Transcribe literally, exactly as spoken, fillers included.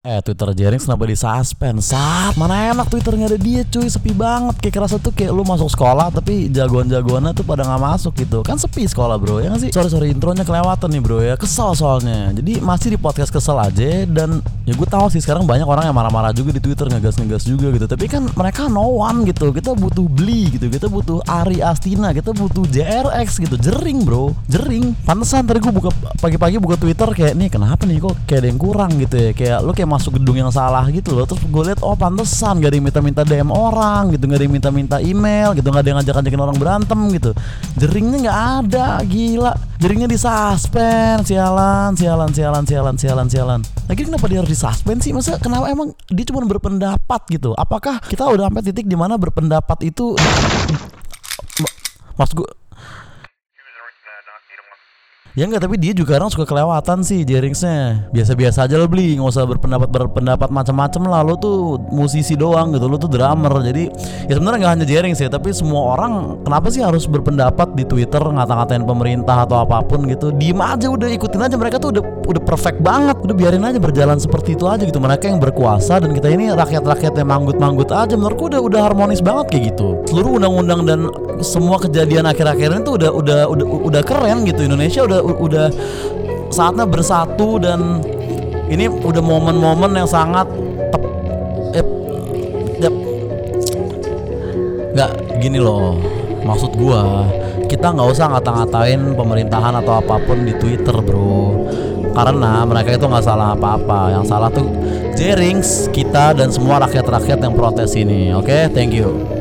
Eh Twitter Jerings kenapa di suspend? Sat, mana enak Twitter nggak ada dia cuy, sepi banget. Kayak kerasa tuh kayak lu masuk sekolah tapi jagoan-jagoannya tuh pada nggak masuk gitu. Kan sepi sekolah bro, ya nggak sih? Sorry sorry intronya kelewatan nih bro ya, kesel soalnya. Jadi masih di podcast kesel aja. Dan ya gue tahu sih sekarang banyak orang yang marah-marah juga di Twitter, ngegas-ngegas juga gitu. Tapi kan mereka no one gitu. Kita butuh beli gitu, kita butuh Ari Astina, kita butuh J R X gitu. Jering bro, jering. Pantesan tadi gue buka pagi-pagi buka Twitter kayak nih kenapa nih kok kayak ada yang kurang gitu ya. Kayak lu kayak masuk gedung yang salah gitu loh. Terus gue liat oh pantesan gak ada yang minta-minta D M orang gitu, gak ada yang minta-minta email gitu, gak ada yang ngajak-ngajakin orang berantem gitu. Jeringnya gak ada, gila. Jeringnya di suspend, sialan, sialan, sialan, sialan, sialan, sialan. Lagi kenapa dia harus di suspend sih? Masa kenapa emang dia cuma berpendapat gitu? Apakah kita udah sampai titik dimana berpendapat itu maksud gue ya enggak, tapi dia juga kadang suka kelewatan sih Jeringsnya. Biasa-biasa aja lo beli, nggak usah berpendapat berpendapat macam-macam lah. Lo tuh musisi doang gitu, lo tuh drummer. Jadi ya sebenarnya nggak hanya Jerings ya, tapi semua orang kenapa sih harus berpendapat di Twitter ngata-ngatain pemerintah atau apapun gitu? Diem aja udah, ikutin aja, mereka tuh udah udah perfect banget. Udah biarin aja berjalan seperti itu aja gitu. Mereka yang berkuasa dan kita ini rakyat-rakyat yang manggut-manggut aja. Menurutku udah udah harmonis banget kayak gitu. Seluruh undang-undang dan semua kejadian akhir-akhir ini tuh udah udah udah udah keren gitu. Indonesia udah udah saatnya bersatu dan ini udah momen-momen yang sangat tep, eh, yep. Nggak gini loh, maksud gua kita nggak usah ngata-ngatain pemerintahan atau apapun di Twitter bro, karena mereka itu nggak salah apa-apa. Yang salah tuh Jerings, kita dan semua rakyat-rakyat yang protes ini. Oke, okay? Thank you.